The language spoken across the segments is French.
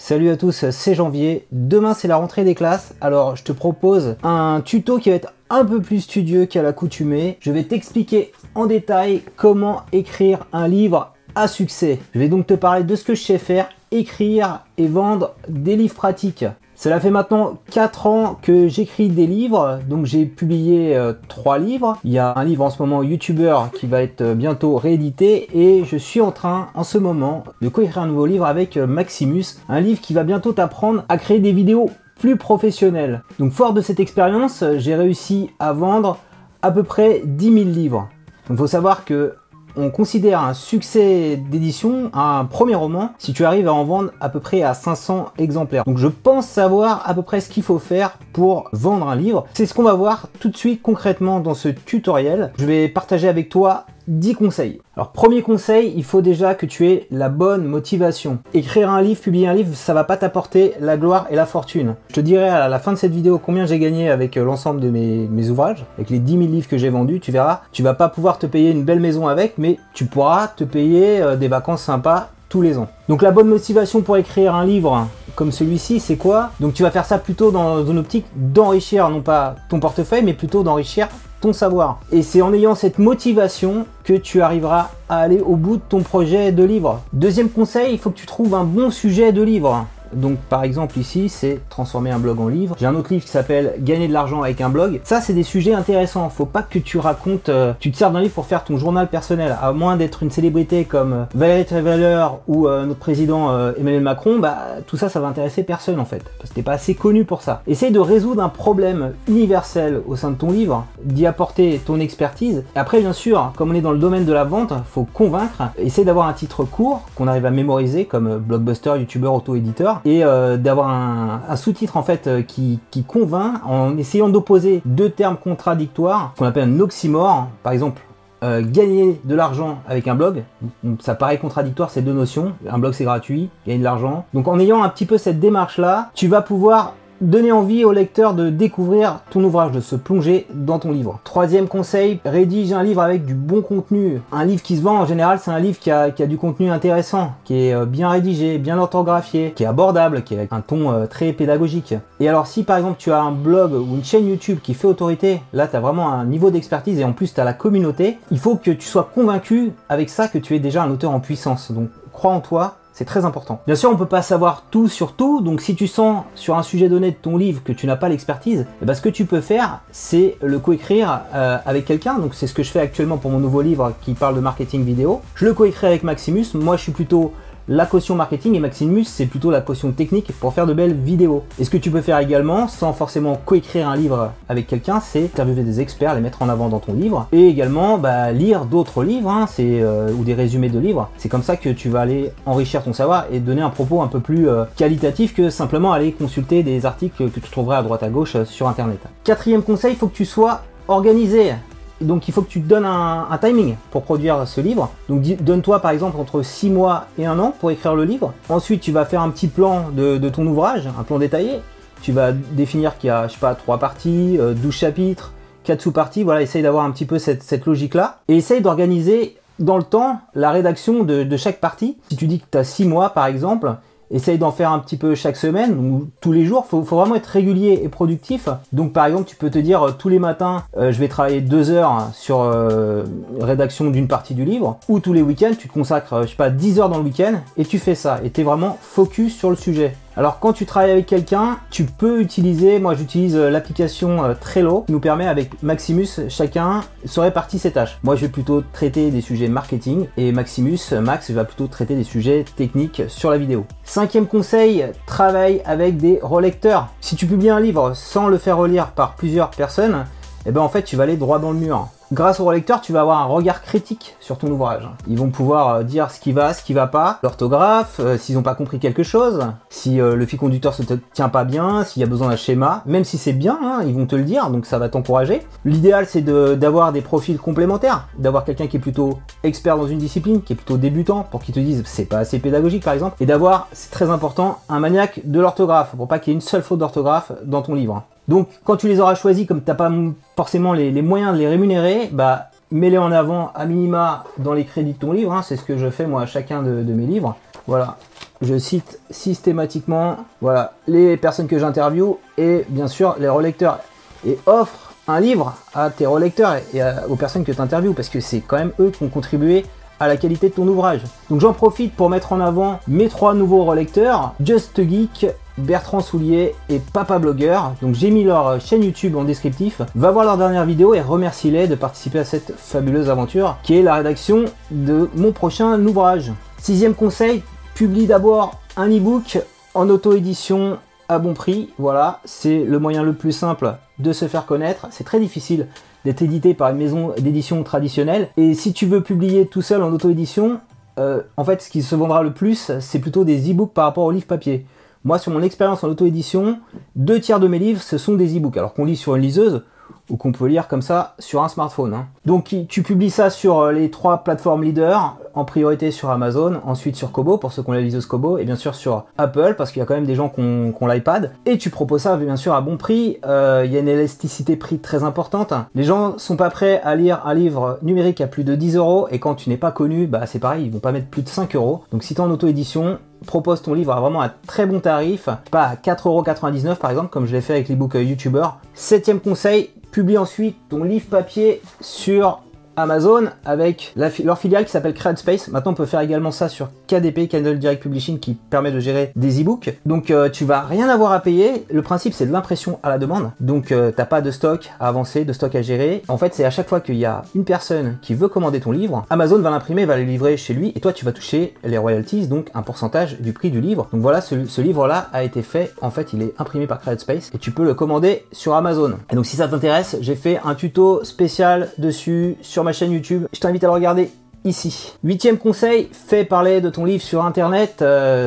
Salut à tous, c'est Janvier. Demain c'est la rentrée des classes, alors je te propose un tuto qui va être un peu plus studieux qu'à l'accoutumée. Je vais t'expliquer en détail comment écrire un livre à succès. Je vais donc te parler de ce que je sais faire, écrire et vendre des livres pratiques. Cela fait maintenant 4 ans que j'écris des livres, donc j'ai publié 3 livres. Il y a un livre en ce moment YouTuber qui va être bientôt réédité et je suis en train en ce moment de coécrire un nouveau livre avec Maximus, un livre qui va bientôt t'apprendre à créer des vidéos plus professionnelles. Donc fort de cette expérience, j'ai réussi à vendre à peu près 10 000 livres. Donc il faut savoir que on considère un succès d'édition, un premier roman, si tu arrives à en vendre à peu près à 500 exemplaires. Donc je pense savoir à peu près ce qu'il faut faire pour vendre un livre. C'est ce qu'on va voir tout de suite concrètement dans ce tutoriel. Je vais partager avec toi 10 conseils. Alors premier conseil, il faut déjà que tu aies la bonne motivation. Écrire un livre, publier un livre, ça va pas t'apporter la gloire et la fortune. Je te dirai à la fin de cette vidéo combien j'ai gagné avec l'ensemble de mes ouvrages, avec les 10 000 livres que j'ai vendus, tu verras. Tu vas pas pouvoir te payer une belle maison avec, mais tu pourras te payer des vacances sympas tous les ans. Donc la bonne motivation pour écrire un livre comme celui-ci, c'est quoi? Donc tu vas faire ça plutôt dans une optique d'enrichir, non pas ton portefeuille, mais plutôt d'enrichir ton savoir. Et c'est en ayant cette motivation que tu arriveras à aller au bout de ton projet de livre. Deuxième conseil, il faut que tu trouves un bon sujet de livre. Donc par exemple ici, c'est transformer un blog en livre. J'ai un autre livre qui s'appelle Gagner de l'argent avec un blog. Ça, c'est des sujets intéressants. Faut pas que tu racontes, tu te sers d'un livre pour faire ton journal personnel. À moins d'être une célébrité comme Valérie Trierweiler ou notre président Emmanuel Macron, bah tout ça, ça va intéresser personne en fait. Parce que t'es pas assez connu pour ça. Essaye de résoudre un problème universel au sein de ton livre, d'y apporter ton expertise. Et après, bien sûr, comme on est dans le domaine de la vente, faut convaincre. Essaye d'avoir un titre court qu'on arrive à mémoriser comme blockbuster, youtubeur, auto-éditeur. Et d'avoir un sous-titre en fait qui convainc en essayant d'opposer deux termes contradictoires qu'on appelle un oxymore. Par exemple, gagner de l'argent avec un blog, ça paraît contradictoire ces deux notions. Un blog c'est gratuit, gagner de l'argent. Donc en ayant un petit peu cette démarche là, tu vas pouvoir donner envie au lecteur de découvrir ton ouvrage, de se plonger dans ton livre. Troisième conseil, rédige un livre avec du bon contenu. Un livre qui se vend en général, c'est un livre qui a du contenu intéressant, qui est bien rédigé, bien orthographié, qui est abordable, qui a un ton très pédagogique. Et alors si par exemple tu as un blog ou une chaîne YouTube qui fait autorité, là tu as vraiment un niveau d'expertise et en plus tu as la communauté, il faut que tu sois convaincu avec ça que tu es déjà un auteur en puissance. Donc crois en toi. C'est très important. Bien sûr, on peut pas savoir tout sur tout, donc si tu sens sur un sujet donné de ton livre que tu n'as pas l'expertise, ce que tu peux faire, c'est le coécrire avec quelqu'un. Donc c'est ce que je fais actuellement pour mon nouveau livre qui parle de marketing vidéo. Je le coécris avec Maximus. Moi, je suis plutôt la caution marketing et Maximus, c'est plutôt la caution technique pour faire de belles vidéos. Et ce que tu peux faire également, sans forcément coécrire un livre avec quelqu'un, c'est interviewer des experts, les mettre en avant dans ton livre, et également lire d'autres livres, ou des résumés de livres. C'est comme ça que tu vas aller enrichir ton savoir et donner un propos un peu plus qualitatif que simplement aller consulter des articles que tu trouverais à droite à gauche sur internet. Quatrième conseil, il faut que tu sois organisé. Donc il faut que tu te donnes un timing pour produire ce livre. Donc donne-toi par exemple entre 6 mois et 1 an pour écrire le livre. Ensuite tu vas faire un petit plan de ton ouvrage, un plan détaillé. Tu vas définir qu'il y a, je sais pas, 3 parties, 12 chapitres, 4 sous-parties. Voilà, essaye d'avoir un petit peu cette logique-là. Et essaye d'organiser dans le temps la rédaction de chaque partie. Si tu dis que tu as 6 mois par exemple, essaye d'en faire un petit peu chaque semaine ou tous les jours. Faut vraiment être régulier et productif. Donc par exemple, tu peux te dire tous les matins, je vais travailler 2 heures sur rédaction d'une partie du livre, ou tous les week-ends, tu te consacres, je sais pas, 10 heures dans le week-end et tu fais ça. Et tu es vraiment focus sur le sujet. Alors quand tu travailles avec quelqu'un, tu peux utiliser, moi j'utilise l'application Trello qui nous permet avec Maximus, chacun se répartit ses tâches. Moi je vais plutôt traiter des sujets marketing et Max va plutôt traiter des sujets techniques sur la vidéo. Cinquième conseil, travaille avec des relecteurs. Si tu publies un livre sans le faire relire par plusieurs personnes, en fait tu vas aller droit dans le mur. Grâce au relecteur, tu vas avoir un regard critique sur ton ouvrage. Ils vont pouvoir dire ce qui va pas, l'orthographe, s'ils n'ont pas compris quelque chose, si le fil conducteur se tient pas bien, s'il y a besoin d'un schéma, même si c'est bien, ils vont te le dire, donc ça va t'encourager. L'idéal, c'est d'avoir des profils complémentaires, d'avoir quelqu'un qui est plutôt expert dans une discipline, qui est plutôt débutant, pour qu'ils te disent c'est pas assez pédagogique par exemple, et d'avoir, c'est très important, un maniaque de l'orthographe, pour pas qu'il y ait une seule faute d'orthographe dans ton livre. Donc quand tu les auras choisis, comme tu n'as pas forcément les moyens de les rémunérer, mets-les en avant à minima dans les crédits de ton livre. C'est ce que je fais moi à chacun de mes livres. Voilà, je cite systématiquement voilà, les personnes que j'interviewe et bien sûr les relecteurs. Et offre un livre à tes relecteurs et aux personnes que tu interviews parce que c'est quand même eux qui ont contribué à la qualité de ton ouvrage. Donc j'en profite pour mettre en avant mes 3 nouveaux relecteurs, Just Geek, Bertrand Soulier et Papa Blogueur. Donc j'ai mis leur chaîne YouTube en descriptif. Va voir leur dernière vidéo et remercie-les de participer à cette fabuleuse aventure qui est la rédaction de mon prochain ouvrage. 6e conseil, publie d'abord un e-book en auto-édition à bon prix. Voilà, c'est le moyen le plus simple de se faire connaître. C'est très difficile d'être édité par une maison d'édition traditionnelle. Et si tu veux publier tout seul en auto-édition, en fait, ce qui se vendra le plus, c'est plutôt des e-books par rapport aux livres papier. Moi, sur mon expérience en auto-édition, 2 tiers de mes livres, ce sont des e-books. Alors qu'on lit sur une liseuse, ou qu'on peut lire comme ça sur un smartphone. Donc tu publies ça sur les 3 plateformes leaders, en priorité sur Amazon, ensuite sur Kobo pour ceux qui ont la liseuse Kobo, et bien sûr sur Apple parce qu'il y a quand même des gens qui ont l'iPad. Et tu proposes ça bien sûr à bon prix, il y a une élasticité prix très importante. Les gens sont pas prêts à lire un livre numérique à plus de 10 €, et quand tu n'es pas connu, bah c'est pareil, ils vont pas mettre plus de 5 €. Donc si tu es en auto-édition, propose ton livre à vraiment un très bon tarif, pas à 4,99 € par exemple, comme je l'ai fait avec l'ebook YouTuber. 7e conseil, publie ensuite ton livre papier sur Amazon avec leur filiale qui s'appelle CreateSpace. Maintenant on peut faire également ça sur KDP, Kindle Direct Publishing, qui permet de gérer des e-books. Donc tu vas rien avoir à payer. Le principe c'est de l'impression à la demande. Donc t'as pas de stock à avancer, de stock à gérer. En fait c'est à chaque fois qu'il y a une personne qui veut commander ton livre, Amazon va l'imprimer, va le livrer chez lui et toi tu vas toucher les royalties, donc un pourcentage du prix du livre. Donc voilà, ce livre là a été fait, en fait il est imprimé par CreateSpace et tu peux le commander sur Amazon. Et donc si ça t'intéresse, j'ai fait un tuto spécial dessus sur ma chaîne YouTube, je t'invite à le regarder ici. 8e conseil, fais parler de ton livre sur internet.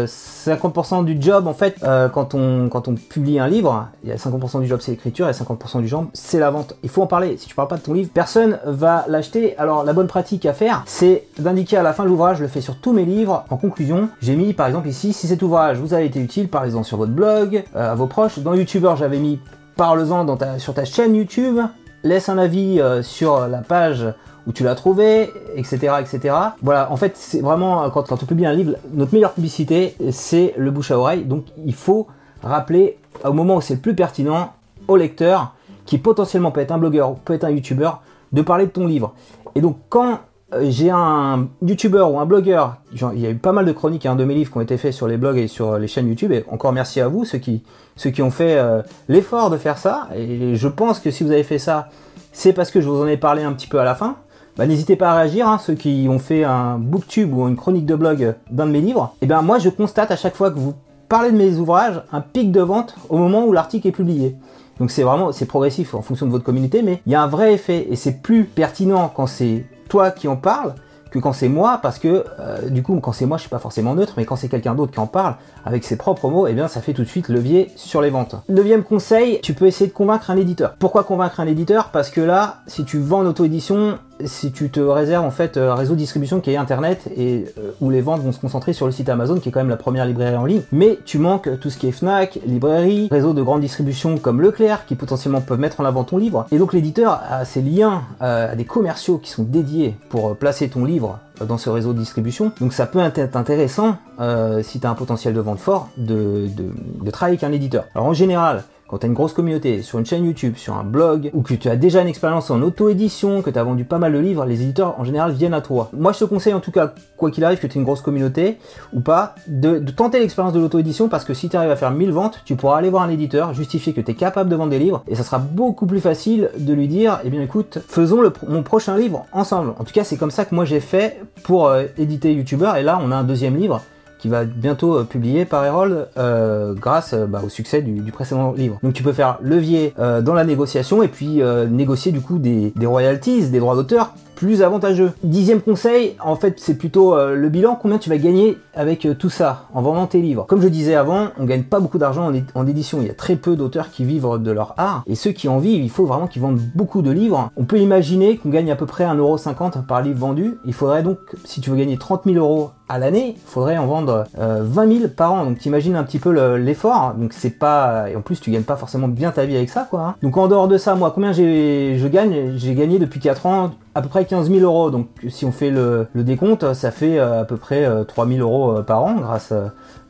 50% du job en fait, quand on publie un livre, il y a 50% du job c'est l'écriture et 50% du job c'est la vente. Il faut en parler. Si tu parles pas de ton livre, personne va l'acheter. Alors la bonne pratique à faire, c'est d'indiquer à la fin de l'ouvrage, je le fais sur tous mes livres, en conclusion, j'ai mis par exemple ici, si cet ouvrage vous a été utile, parlez-en sur votre blog, à vos proches. Dans YouTuber, j'avais mis parle-en sur ta chaîne YouTube, laisse un avis sur la page où tu l'as trouvé, etc., etc. Voilà, en fait, c'est vraiment, quand on publie un livre, notre meilleure publicité, c'est le bouche à oreille. Donc, il faut rappeler, au moment où c'est le plus pertinent, au lecteur, qui potentiellement peut être un blogueur ou peut être un youtubeur, de parler de ton livre. Et donc, quand j'ai un youtubeur ou un blogueur, il y a eu pas mal de chroniques de mes livres qui ont été faits sur les blogs et sur les chaînes YouTube, et encore merci à vous, ceux qui ont fait l'effort de faire ça. Et je pense que si vous avez fait ça, c'est parce que je vous en ai parlé un petit peu à la fin. Bah, n'hésitez pas à réagir, ceux qui ont fait un booktube ou une chronique de blog d'un de mes livres. Et bien moi je constate à chaque fois que vous parlez de mes ouvrages un pic de vente au moment où l'article est publié. Donc c'est progressif en fonction de votre communauté, mais il y a un vrai effet et c'est plus pertinent quand c'est toi qui en parles que quand c'est moi, parce que du coup quand c'est moi je suis pas forcément neutre, mais quand c'est quelqu'un d'autre qui en parle avec ses propres mots, et bien ça fait tout de suite levier sur les ventes. 9e conseil, tu peux essayer de convaincre un éditeur. Pourquoi convaincre un éditeur? Parce que là, si tu vends en auto-édition, si tu te réserves en fait un réseau de distribution qui est internet et où les ventes vont se concentrer sur le site Amazon qui est quand même la première librairie en ligne, mais tu manques tout ce qui est Fnac, librairie, réseau de grande distribution comme Leclerc qui potentiellement peuvent mettre en avant ton livre, et donc l'éditeur a ses liens à des commerciaux qui sont dédiés pour placer ton livre dans ce réseau de distribution. Donc ça peut être intéressant si tu as un potentiel de vente fort de travailler avec un éditeur. Alors en général, quand tu as une grosse communauté sur une chaîne YouTube, sur un blog, ou que tu as déjà une expérience en auto-édition, que tu as vendu pas mal de livres, les éditeurs en général viennent à toi. Moi je te conseille en tout cas, quoi qu'il arrive, que tu aies une grosse communauté ou pas, de tenter l'expérience de l'auto-édition, parce que si tu arrives à faire 1000 ventes, tu pourras aller voir un éditeur, justifier que tu es capable de vendre des livres, et ça sera beaucoup plus facile de lui dire, eh bien écoute, faisons mon prochain livre ensemble. En tout cas c'est comme ça que moi j'ai fait pour éditer YouTuber, et là on a un 2e livre qui va bientôt publier par Herald grâce au succès du précédent livre. Donc tu peux faire levier dans la négociation et puis négocier du coup des royalties, des droits d'auteur plus avantageux. 10e conseil, en fait c'est plutôt le bilan, combien tu vas gagner avec tout ça en vendant tes livres. Comme je disais avant, on gagne pas beaucoup d'argent en édition, il y a très peu d'auteurs qui vivent de leur art, et ceux qui en vivent, il faut vraiment qu'ils vendent beaucoup de livres. On peut imaginer qu'on gagne à peu près 1,50 € par livre vendu. Il faudrait donc, si tu veux gagner 30 000 € à l'année, il faudrait en vendre 20 000 par an. Donc t'imagines un petit peu l'effort. Donc c'est pas, et en plus tu gagnes pas forcément bien ta vie avec ça, quoi. Donc en dehors de ça, moi combien je gagne? J'ai gagné depuis 4 ans à peu près 15 000 €. Donc si on fait le décompte, ça fait à peu près 3 000 € par an grâce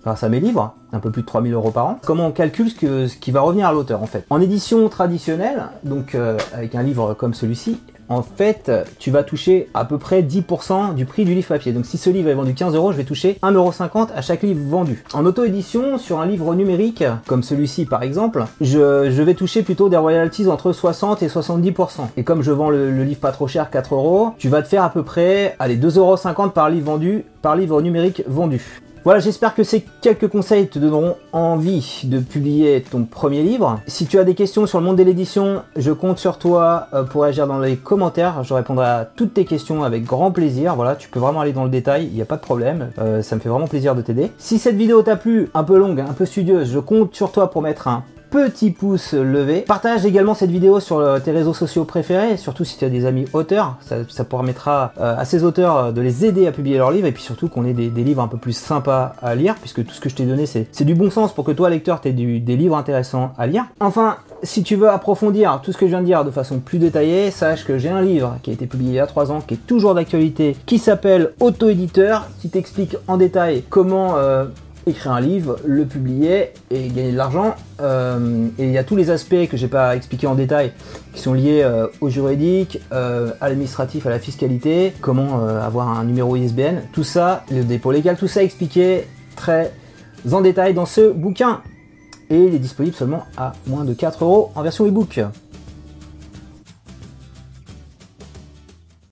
grâce à mes livres, un peu plus de 3000 € par an. Comment on calcule ce qui va revenir à l'auteur en fait. En édition traditionnelle, donc avec un livre comme celui-ci, en fait, tu vas toucher à peu près 10% du prix du livre papier. Donc si ce livre est vendu 15 €, je vais toucher 1,50 € à chaque livre vendu. En auto-édition, sur un livre numérique, comme celui-ci par exemple, je vais toucher plutôt des royalties entre 60 et 70%. Et comme je vends le livre pas trop cher, 4 €, tu vas te faire à peu près, allez, 2,50 € par livre vendu, par livre numérique vendu. Voilà, j'espère que ces quelques conseils te donneront envie de publier ton premier livre. Si tu as des questions sur le monde de l'édition, je compte sur toi pour agir dans les commentaires. Je répondrai à toutes tes questions avec grand plaisir. Voilà, tu peux vraiment aller dans le détail, il n'y a pas de problème. Ça me fait vraiment plaisir de t'aider. Si cette vidéo t'a plu, un peu longue, un peu studieuse, je compte sur toi pour mettre un petit pouce levé. Partage également cette vidéo sur tes réseaux sociaux préférés, surtout si tu as des amis auteurs. Ça permettra à ces auteurs de les aider à publier leurs livres et puis surtout qu'on ait des livres un peu plus sympas à lire, puisque tout ce que je t'ai donné c'est du bon sens pour que toi lecteur tu aies des livres intéressants à lire. Enfin, si tu veux approfondir tout ce que je viens de dire de façon plus détaillée, sache que j'ai un livre qui a été publié il y a 3 ans, qui est toujours d'actualité, qui s'appelle Auto-éditeur, qui t'explique en détail comment écrire un livre, le publier et gagner de l'argent. Et il y a tous les aspects que j'ai pas expliqué en détail qui sont liés au juridique, à l'administratif, à la fiscalité, comment avoir un numéro ISBN, tout ça, le dépôt légal, tout ça expliqué très en détail dans ce bouquin. Et il est disponible seulement à moins de 4 € en version ebook.